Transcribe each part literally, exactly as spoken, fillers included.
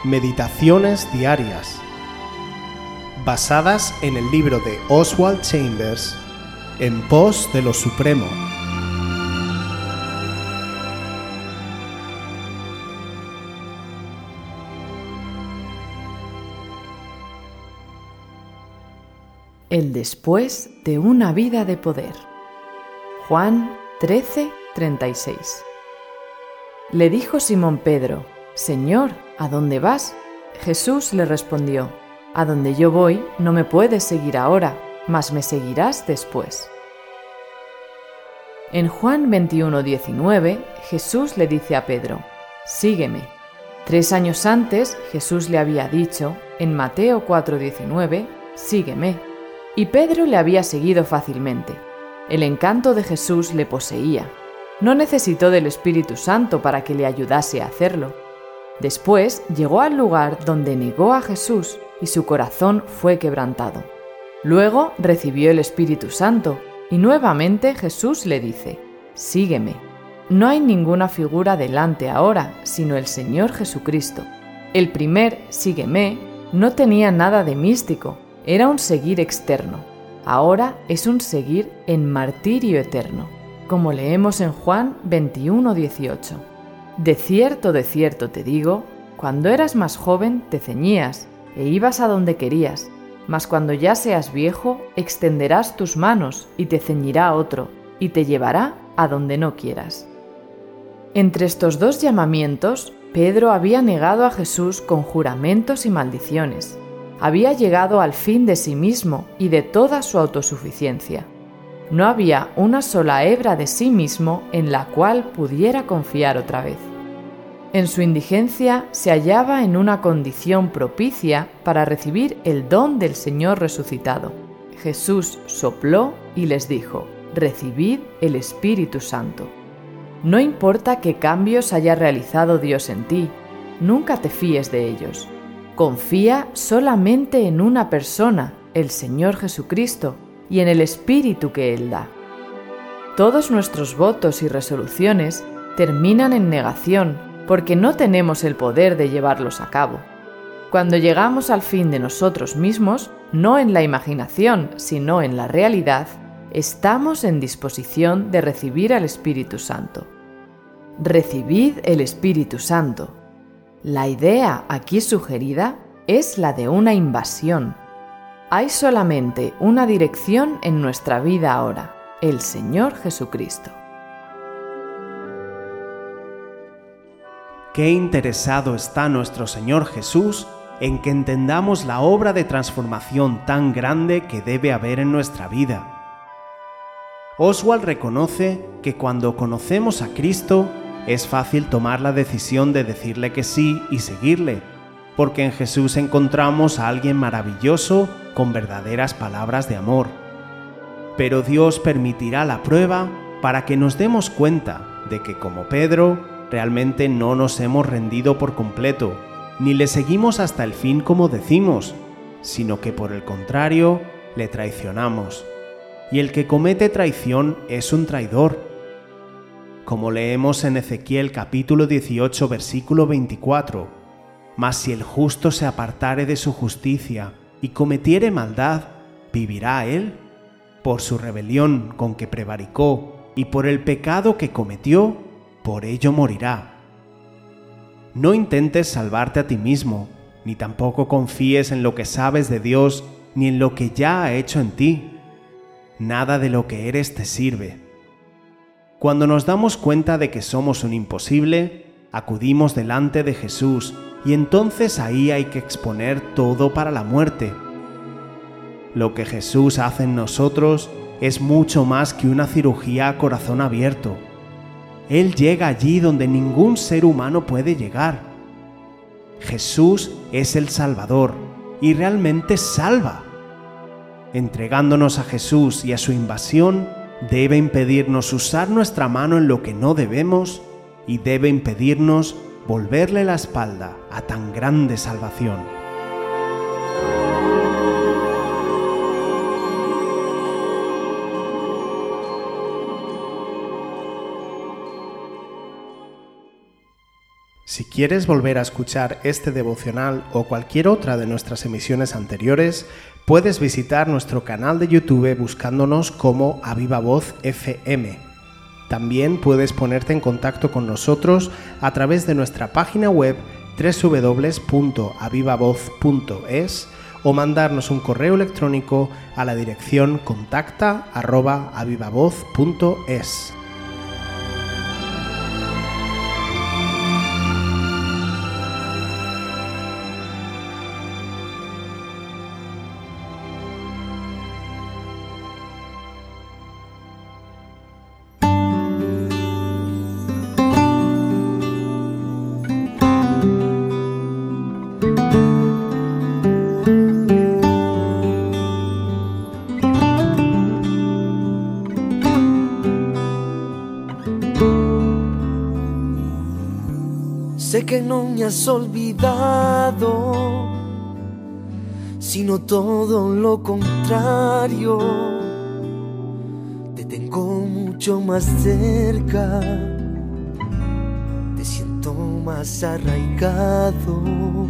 Meditaciones diarias, basadas en el libro de Oswald Chambers, En pos de lo supremo. El después de una vida de poder. Juan trece, treinta y seis. Le dijo Simón Pedro: Señor, ¿a dónde vas? Jesús le respondió: A donde yo voy no me puedes seguir ahora, mas me seguirás después. En Juan veintiuno, diecinueve, Jesús le dice a Pedro: Sígueme. Tres años antes, Jesús le había dicho, en Mateo cuatro, diecinueve, Sígueme. Y Pedro le había seguido fácilmente. El encanto de Jesús le poseía. No necesitó del Espíritu Santo para que le ayudase a hacerlo. Después llegó al lugar donde negó a Jesús y su corazón fue quebrantado. Luego recibió el Espíritu Santo y nuevamente Jesús le dice: Sígueme. No hay ninguna figura delante ahora, sino el Señor Jesucristo. El primer Sígueme no tenía nada de místico, era un seguir externo. Ahora es un seguir en martirio eterno, como leemos en Juan veintiuno, dieciocho. De cierto, de cierto te digo, cuando eras más joven te ceñías e ibas a donde querías, mas cuando ya seas viejo extenderás tus manos y te ceñirá otro, y te llevará a donde no quieras. Entre estos dos llamamientos, Pedro había negado a Jesús con juramentos y maldiciones. Había llegado al fin de sí mismo y de toda su autosuficiencia. No había una sola hebra de sí mismo en la cual pudiera confiar otra vez. En su indigencia se hallaba en una condición propicia para recibir el don del Señor resucitado. Jesús sopló y les dijo: Recibid el Espíritu Santo. No importa qué cambios haya realizado Dios en ti, nunca te fíes de ellos. Confía solamente en una persona, el Señor Jesucristo, y en el Espíritu que Él da. Todos nuestros votos y resoluciones terminan en negación porque no tenemos el poder de llevarlos a cabo. Cuando llegamos al fin de nosotros mismos, no en la imaginación, sino en la realidad, estamos en disposición de recibir al Espíritu Santo. Recibid el Espíritu Santo. La idea aquí sugerida es la de una invasión. Hay solamente una dirección en nuestra vida ahora: el Señor Jesucristo. Qué interesado está nuestro Señor Jesús en que entendamos la obra de transformación tan grande que debe haber en nuestra vida. Oswald reconoce que cuando conocemos a Cristo es fácil tomar la decisión de decirle que sí y seguirle, porque en Jesús encontramos a alguien maravilloso con verdaderas palabras de amor. Pero Dios permitirá la prueba para que nos demos cuenta de que, como Pedro, realmente no nos hemos rendido por completo, ni le seguimos hasta el fin como decimos, sino que por el contrario, le traicionamos. Y el que comete traición es un traidor. Como leemos en Ezequiel capítulo dieciocho, versículo veinticuatro, «Mas si el justo se apartare de su justicia y cometiere maldad, ¿vivirá él? Por su rebelión con que prevaricó y por el pecado que cometió, por ello morirá». No intentes salvarte a ti mismo, ni tampoco confíes en lo que sabes de Dios, ni en lo que ya ha hecho en ti. Nada de lo que eres te sirve. Cuando nos damos cuenta de que somos un imposible, acudimos delante de Jesús, y entonces ahí hay que exponer todo para la muerte. Lo que Jesús hace en nosotros es mucho más que una cirugía a corazón abierto. Él llega allí donde ningún ser humano puede llegar. Jesús es el Salvador y realmente salva. Entregándonos a Jesús y a su invasión, debe impedirnos usar nuestra mano en lo que no debemos y debe impedirnos volverle la espalda a tan grande salvación. Si quieres volver a escuchar este devocional o cualquier otra de nuestras emisiones anteriores, puedes visitar nuestro canal de YouTube buscándonos como A Viva Voz F M. También puedes ponerte en contacto con nosotros a través de nuestra página web doble u doble u doble u punto a viva voz punto es o mandarnos un correo electrónico a la dirección contacta arroba avivavoz punto es. Sé que no me has olvidado, sino todo lo contrario. Te tengo mucho más cerca, te siento más arraigado.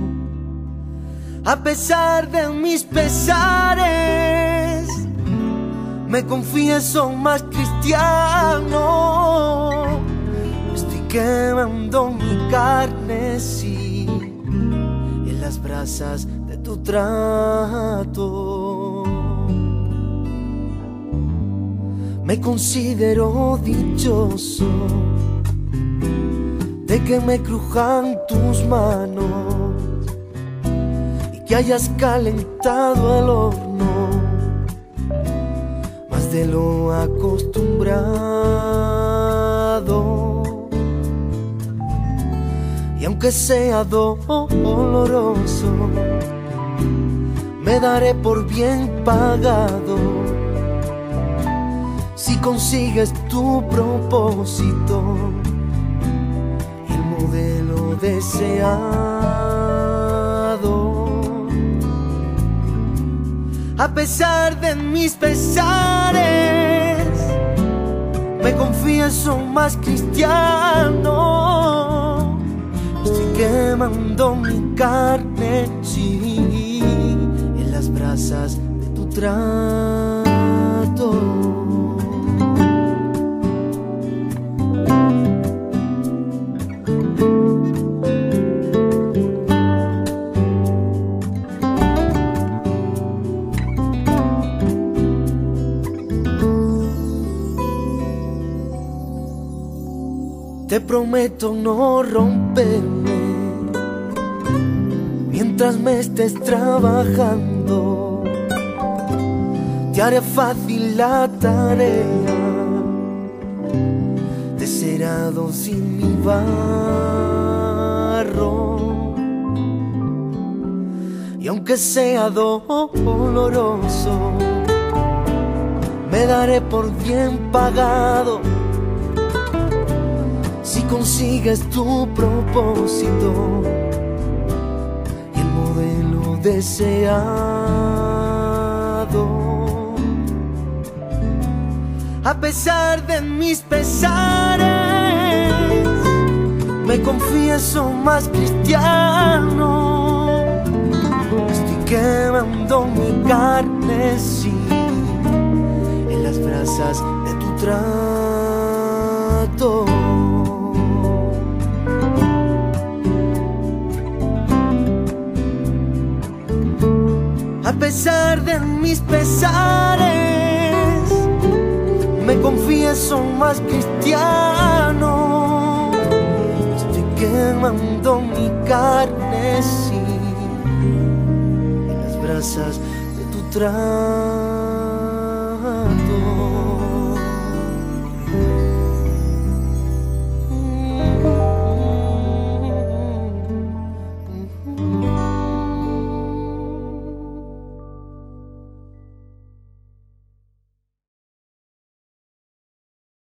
A pesar de mis pesares, me confieso más cristiano. Estoy quemando mi carne, sí, en las brasas de tu trato. Me considero dichoso de que me crujan tus manos y que hayas calentado el horno más de lo acostumbrado. Y aunque sea doloroso, me daré por bien pagado si consigues tu propósito, el modelo deseado. A pesar de mis pesares, me confieso más cristiano. Estoy quemando mi carne, sí, en las brasas de tu trato. Te prometo no romperme mientras me estés trabajando. Te haré fácil la tarea de cerado sin mi barro. Y aunque sea doloroso, me daré por bien pagado si consigues tu propósito, el modelo deseado. A pesar de mis pesares, me confieso más cristiano. Estoy quemando mi carne, sí, en las brasas de tu trato. A pesar de mis pesares, me confieso más cristiano. Estoy quemando mi carne, sí, en las brasas de tu trato.